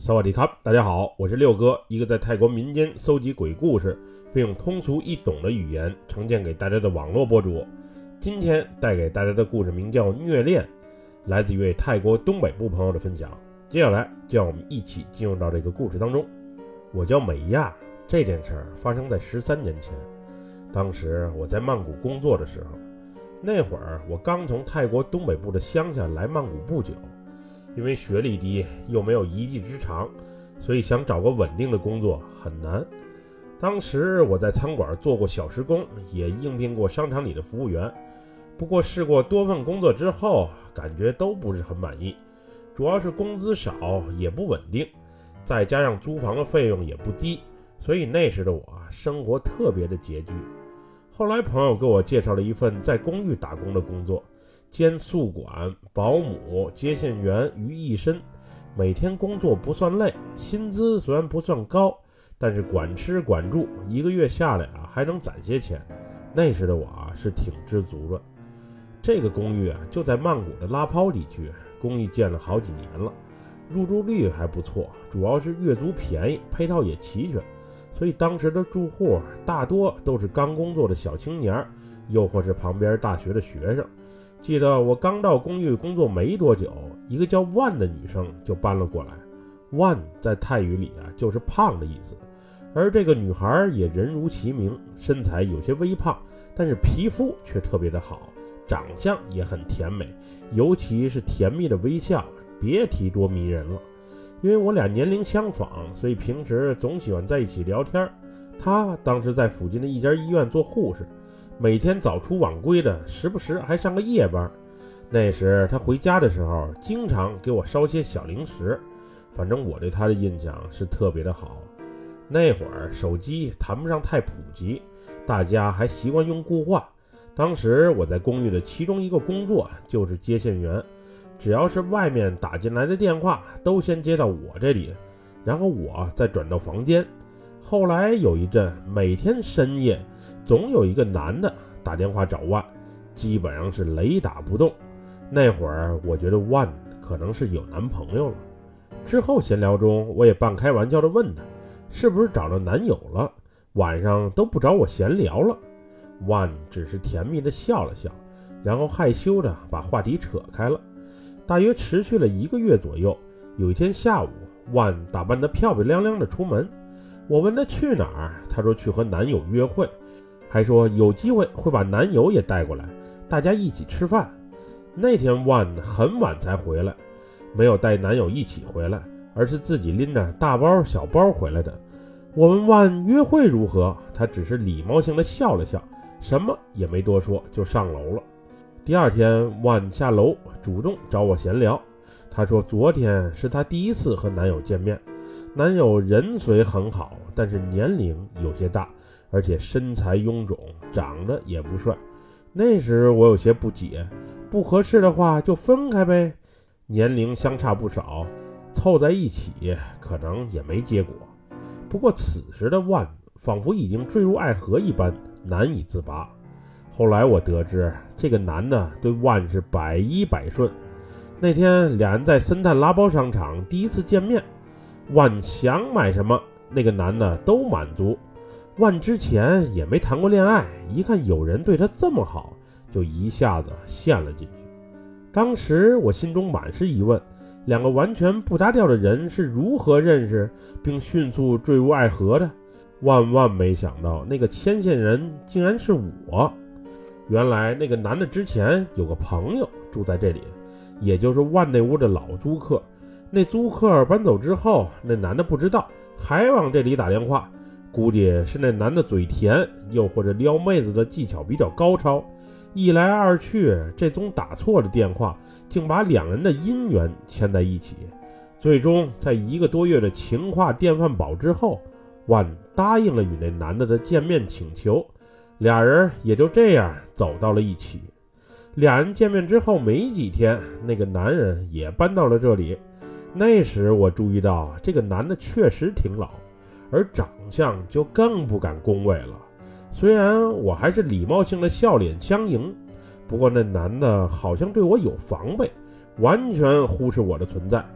萨瓦迪卡，大家好，我是六哥，一个在泰国民间搜集鬼故事，并用通俗易懂的语言呈现给大家的网络博主。今天带给大家的故事名叫《虐恋》，来自一位泰国东北部朋友的分享。接下来就让我们一起进入到这个故事当中。我叫美亚，这件事发生在13年前。当时我在曼谷工作的时候，那会儿我刚从泰国东北部的乡下来曼谷不久。因为学历低又没有一技之长，所以想找个稳定的工作很难。当时我在餐馆做过小时工，也应聘过商场里的服务员，不过试过多份工作之后，感觉都不是很满意，主要是工资少也不稳定，再加上租房的费用也不低，所以那时的我生活特别的拮据。后来朋友给我介绍了一份在公寓打工的工作，兼宿管、保姆、接线员于一身，每天工作不算累，薪资虽然不算高，但是管吃管住，一个月下来还能攒些钱。那时的我是挺知足的。这个公寓就在曼谷的拉泡地区，公寓建了好几年了，入住率还不错，主要是月租便宜，配套也齐全，所以当时的住户大多都是刚工作的小青年，又或是旁边大学的学生。记得我刚到公寓工作没多久，一个叫万的女生就搬了过来。万在泰语里就是胖的意思，而这个女孩也人如其名，身材有些微胖，但是皮肤却特别的好，长相也很甜美，尤其是甜蜜的微笑，别提多迷人了。因为我俩年龄相仿，所以平时总喜欢在一起聊天。她当时在附近的一家医院做护士，每天早出晚归的，时不时还上个夜班。那时他回家的时候，经常给我烧些小零食，反正我对他的印象是特别的好。那会儿手机谈不上太普及，大家还习惯用固话。当时我在公寓的其中一个工作就是接线员，只要是外面打进来的电话，都先接到我这里，然后我再转到房间。后来有一阵，每天深夜总有一个男的打电话找万，基本上是雷打不动。那会儿我觉得万可能是有男朋友了。之后闲聊中，我也半开玩笑地问他，是不是找了男友了，晚上都不找我闲聊了。万只是甜蜜地笑了笑，然后害羞地把话题扯开了。大约持续了1个月左右。有一天下午，万打扮得漂漂亮亮地出门，我问他去哪儿，他说去和男友约会，还说有机会会把男友也带过来，大家一起吃饭。那天万很晚才回来，没有带男友一起回来，而是自己拎着大包小包回来的。我问万约会如何，他只是礼貌性的笑了笑，什么也没多说，就上楼了。第二天万下楼主动找我闲聊，他说昨天是他第一次和男友见面，男友人虽很好，但是年龄有些大，而且身材臃肿，长得也不帅。那时我有些不解，不合适的话就分开呗，年龄相差不少，凑在一起可能也没结果。不过此时的万仿佛已经坠入爱河一般，难以自拔。后来我得知，这个男的对万是百依百顺。那天俩人在森探拉包商场第一次见面，万想买什么，那个男的都满足。万之前也没谈过恋爱，一看有人对他这么好，就一下子陷了进去。当时我心中满是疑问，两个完全不搭调的人是如何认识并迅速坠入爱河的？万万没想到，那个牵线人竟然是我。原来那个男的之前有个朋友住在这里，也就是万那屋的老租客。那租客搬走之后，那男的不知道，还往这里打电话，估计是那男的嘴甜，又或者撩妹子的技巧比较高超。一来二去，这宗打错的电话竟把两人的姻缘牵在一起。最终在1个多月的情话电饭煲之后，万答应了与那男的见面请求，俩人也就这样走到了一起。俩人见面之后没几天，那个男人也搬到了这里。那时我注意到这个男的确实挺老，而长相就更不敢恭维了。虽然我还是礼貌性的笑脸相迎，不过那男的好像对我有防备，完全忽视我的存在。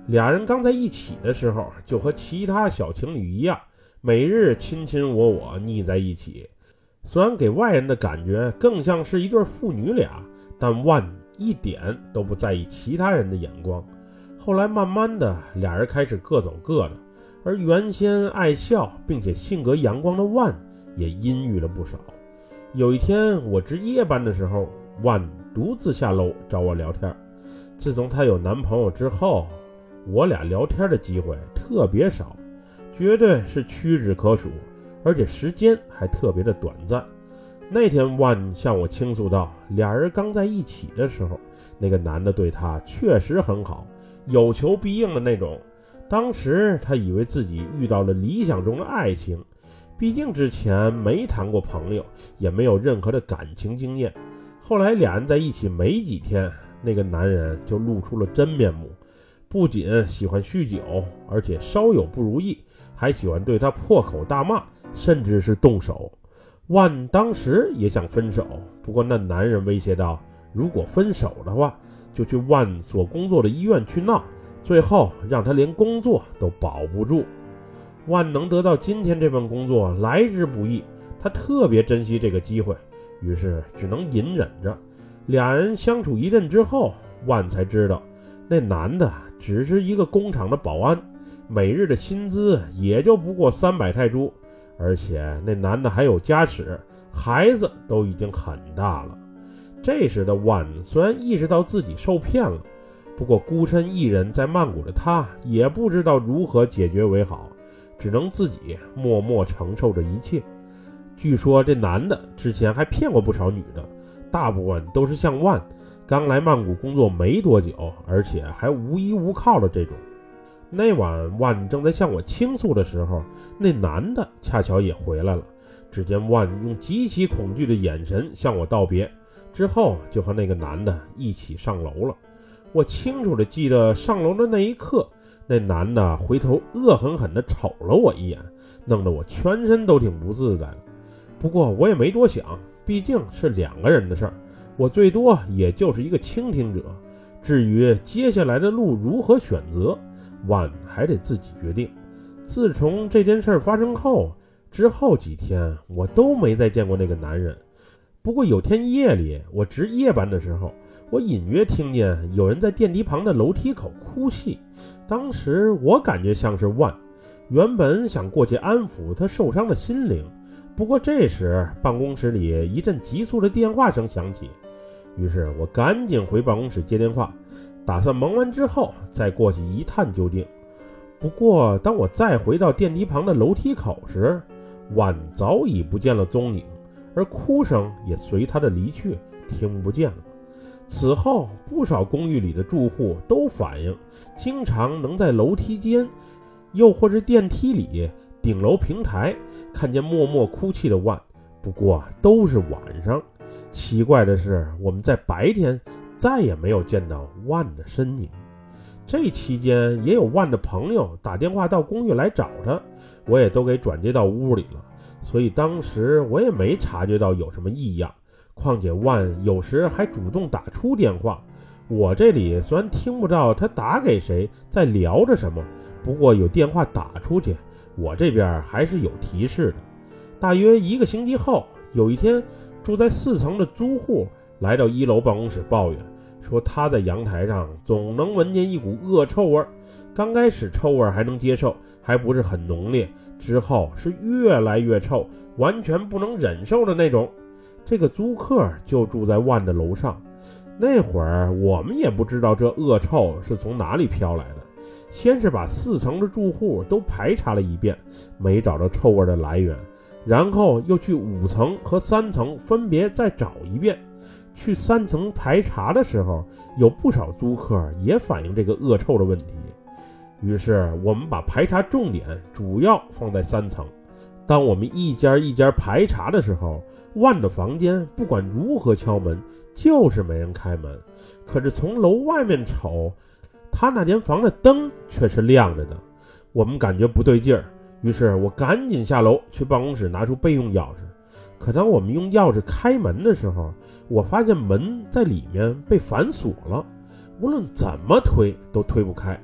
俩人刚在一起的时候，就和其他小情侣一样，每日卿卿我我腻在一起。虽然给外人的感觉更像是一对父女俩，但万一点都不在意其他人的眼光。后来慢慢的，俩人开始各走各的，而原先爱笑并且性格阳光的万也阴郁了不少。有一天我值夜班的时候，万独自下楼找我聊天。自从她有男朋友之后，我俩聊天的机会特别少，绝对是屈指可数，而且时间还特别的短暂。那天万向我倾诉到，俩人刚在一起的时候，那个男的对她确实很好，有求必应的那种。当时她以为自己遇到了理想中的爱情，毕竟之前没谈过朋友，也没有任何的感情经验。后来俩人在一起没几天，那个男人就露出了真面目，不仅喜欢酗酒，而且稍有不如意还喜欢对她破口大骂，甚至是动手。万当时也想分手，不过那男人威胁道，如果分手的话，就去万所工作的医院去闹，最后让他连工作都保不住。万能得到今天这份工作来之不易，他特别珍惜这个机会，于是只能隐忍着。俩人相处一阵之后，万才知道那男的只是一个工厂的保安，每日的薪资也就不过300泰铢，而且那男的还有家室，孩子都已经很大了。这时的万虽然意识到自己受骗了，不过孤身一人在曼谷的他也不知道如何解决为好，只能自己默默承受着一切。据说这男的之前还骗过不少女的，大部分都是像万刚来曼谷工作没多久，而且还无依无靠的这种。那晚万正在向我倾诉的时候，那男的恰巧也回来了。只见万用极其恐惧的眼神向我道别，之后就和那个男的一起上楼了。我清楚地记得上楼的那一刻，那男的回头恶狠狠地瞅了我一眼，弄得我全身都挺不自在的。不过我也没多想，毕竟是2个人的事儿，我最多也就是一个倾听者。至于接下来的路如何选择，万还得自己决定。自从这件事发生后，之后几天我都没再见过那个男人。不过有天夜里，我值夜班的时候，我隐约听见有人在电梯旁的楼梯口哭泣。当时我感觉像是万，原本想过去安抚他受伤的心灵，不过这时办公室里一阵急促的电话声响起，于是我赶紧回办公室接电话，打算忙完之后再过去一探究竟。不过当我再回到电梯旁的楼梯口时，万早已不见了踪影，而哭声也随他的离去听不见了。此后不少公寓里的住户都反映，经常能在楼梯间又或是电梯里顶楼平台看见默默哭泣的万，不过都是晚上。奇怪的是，我们在白天再也没有见到万的身影。这期间也有万的朋友打电话到公寓来找他，我也都给转接到屋里了，所以当时我也没察觉到有什么异样。况且万有时还主动打出电话，我这里虽然听不到他打给谁，在聊着什么，不过有电话打出去，我这边还是有提示的。大约1个星期后，有一天住在4层的租户来到1楼办公室抱怨，说他在阳台上总能闻见一股恶臭味。刚开始臭味还能接受，还不是很浓烈，之后是越来越臭，完全不能忍受的那种。这个租客就住在万的楼上，那会儿我们也不知道这恶臭是从哪里飘来的，先是把4层的住户都排查了一遍，没找到臭味的来源，然后又去5层和3层分别再找一遍。去3层排查的时候，有不少租客也反映这个恶臭的问题，于是我们把排查重点主要放在3层。当我们一家一家排查的时候，万的房间不管如何敲门，就是没人开门。可是从楼外面瞅，他那间房的灯却是亮着的。我们感觉不对劲儿，于是我赶紧下楼去办公室拿出备用钥匙。可当我们用钥匙开门的时候，我发现门在里面被反锁了，无论怎么推都推不开。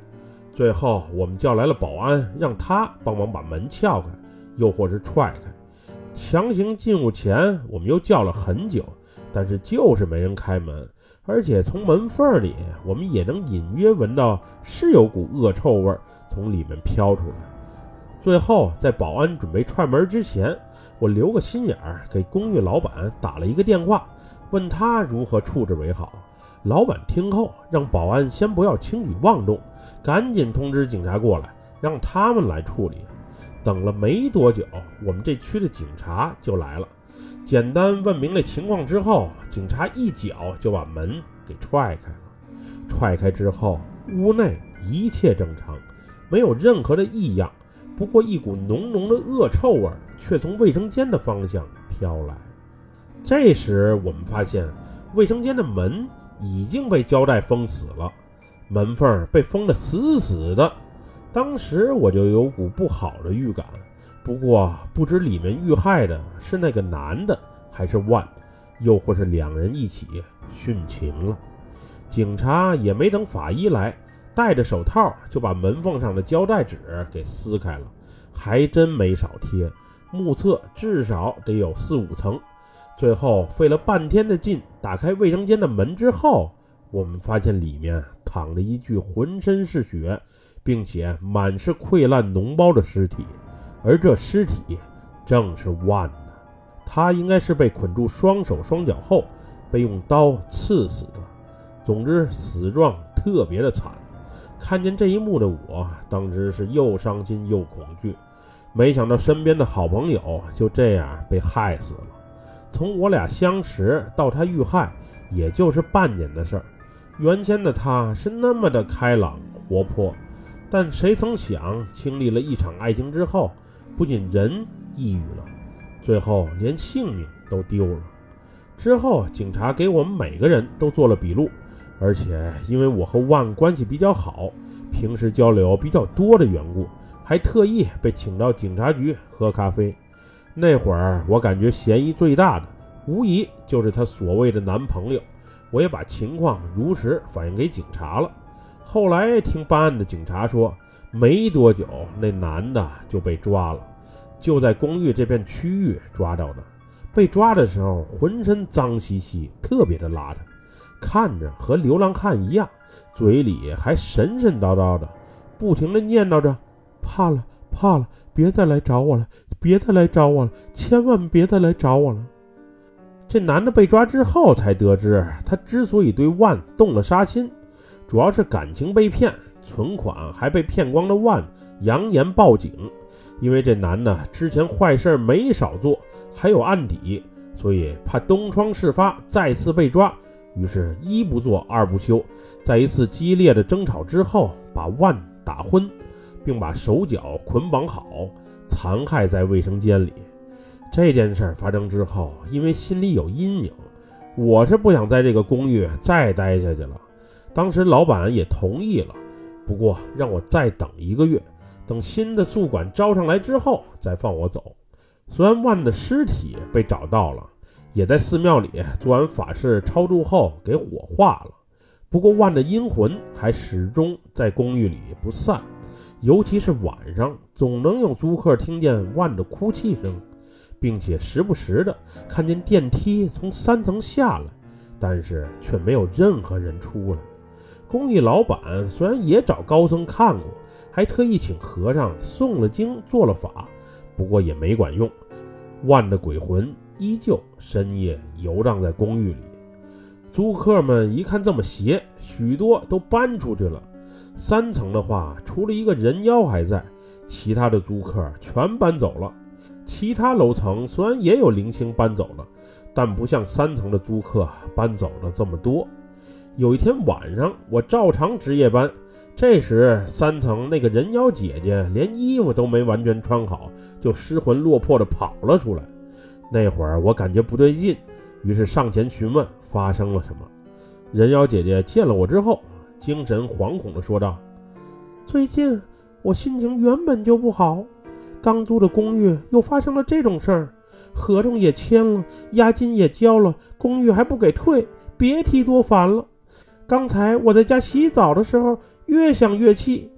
最后我们叫来了保安，让他帮忙把门撬开，又或是踹开。强行进屋前，我们又叫了很久，但是就是没人开门，而且从门缝里我们也能隐约闻到是有股恶臭味从里面飘出来。最后在保安准备踹门之前，我留个心眼儿，给公寓老板打了一个电话，问他如何处置为好。老板听后让保安先不要轻举妄动，赶紧通知警察过来，让他们来处理。等了没多久，我们这区的警察就来了。简单问明了情况之后，警察一脚就把门给踹开了。踹开之后，屋内一切正常，没有任何的异样，不过一股浓浓的恶臭味却从卫生间的方向飘来。这时我们发现卫生间的门已经被胶带封死了，门缝被封得死死的。当时我就有股不好的预感，不过不知里面遇害的是那个男的还是万，又或是两人一起殉情了。警察也没等法医来，戴着手套就把门缝上的胶带纸给撕开了，还真没少贴，目测至少得有4-5层。最后费了半天的劲打开卫生间的门之后，我们发现里面躺着一具浑身是血并且满是溃烂脓包的尸体，而这尸体正是万呢。他应该是被捆住双手双脚后被用刀刺死的，总之死状特别的惨。看见这一幕的我当时是又伤心又恐惧，没想到身边的好朋友就这样被害死了。从我俩相识到他遇害也就是半年的事儿，原先的他是那么的开朗活泼，但谁曾想经历了一场爱情之后，不仅人抑郁了，最后连性命都丢了。之后警察给我们每个人都做了笔录，而且因为我和万关系比较好，平时交流比较多的缘故，还特意被请到警察局喝咖啡。那会儿我感觉嫌疑最大的无疑就是她所谓的男朋友，我也把情况如实反映给警察了。后来听办案的警察说，没多久那男的就被抓了，就在公寓这片区域抓到的。被抓的时候浑身脏兮兮，特别的邋遢，看着和流浪汉一样，嘴里还神神叨叨的，不停地念叨着怕了怕了，别再来找我了，别再来找我了，千万别再来找我了。这男的被抓之后才得知，他之所以对万动了杀心，主要是感情被骗，存款还被骗光的万扬言报警。因为这男的之前坏事没少做，还有案底，所以怕东窗事发再次被抓，于是一不做二不休，在一次激烈的争吵之后把万打昏，并把手脚捆绑好，残害在卫生间里。这件事发生之后，因为心里有阴影，我是不想在这个公寓再待下去了。当时老板也同意了，不过让我再等1个月，等新的宿管招上来之后再放我走。虽然万的尸体被找到了，也在寺庙里做完法事超度后给火化了，不过万的阴魂还始终在公寓里不散，尤其是晚上总能有租客听见万的哭泣声，并且时不时的看见电梯从3层下来，但是却没有任何人出来。公寓老板虽然也找高僧看过，还特意请和尚诵了经做了法，不过也没管用。万的鬼魂依旧深夜游荡在公寓里。租客们一看这么邪，许多都搬出去了。3层的话，除了一个人妖还在，其他的租客全搬走了。其他楼层虽然也有零星搬走了，但不像3层的租客搬走了这么多。有一天晚上，我照常值夜班，这时3层那个人妖姐姐连衣服都没完全穿好，就失魂落魄地跑了出来。那会儿我感觉不对劲，于是上前询问发生了什么。人妖姐姐见了我之后，精神惶恐地说道：最近我心情原本就不好，刚租的公寓又发生了这种事儿，合同也签了，押金也交了，公寓还不给退，别提多烦了。刚才我在家洗澡的时候越想越气，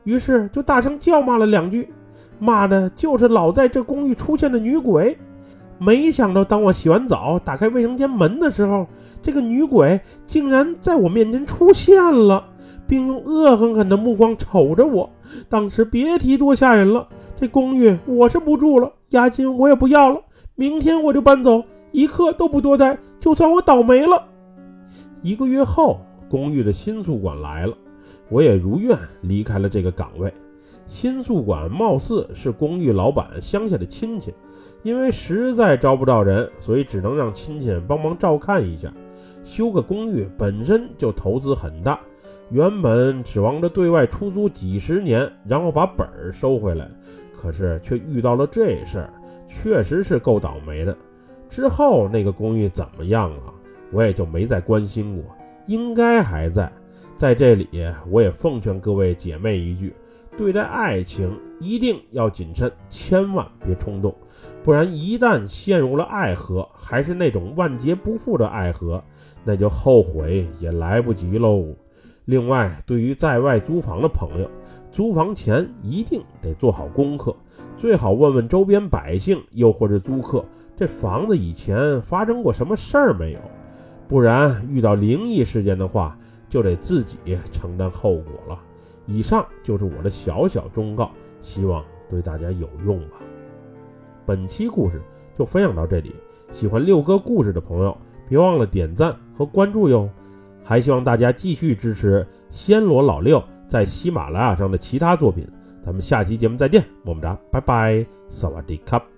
于是就大声叫骂了2句，骂的就是老在这公寓出现的女鬼。没想到当我洗完澡打开卫生间门的时候，这个女鬼竟然在我面前出现了，并用恶狠狠的目光瞅着我。当时别提多吓人了，这公寓我是不住了，押金我也不要了，明天我就搬走，一刻都不多待，就算我倒霉了。1个月后，公寓的新宿管来了，我也如愿离开了这个岗位。新宿管貌似是公寓老板乡下的亲戚，因为实在招不到人，所以只能让亲戚帮忙照看一下。修个公寓本身就投资很大，原本指望着对外出租几10年，然后把本儿收回来，可是却遇到了这事儿，确实是够倒霉的。之后那个公寓怎么样了，我也就没再关心过，应该还在。在这里我也奉劝各位姐妹一句，对待爱情一定要谨慎，千万别冲动，不然一旦陷入了爱河，还是那种万劫不复的爱河，那就后悔也来不及喽。另外，对于在外租房的朋友，租房前一定得做好功课，最好问问周边百姓，又或者租客，这房子以前发生过什么事儿没有，不然遇到灵异事件的话，就得自己承担后果了。以上就是我的小小忠告，希望对大家有用吧。本期故事就分享到这里，喜欢六哥故事的朋友别忘了点赞和关注哟，还希望大家继续支持暹罗老六在喜马拉雅上的其他作品。咱们下期节目再见，么么哒，拜拜，萨瓦迪卡。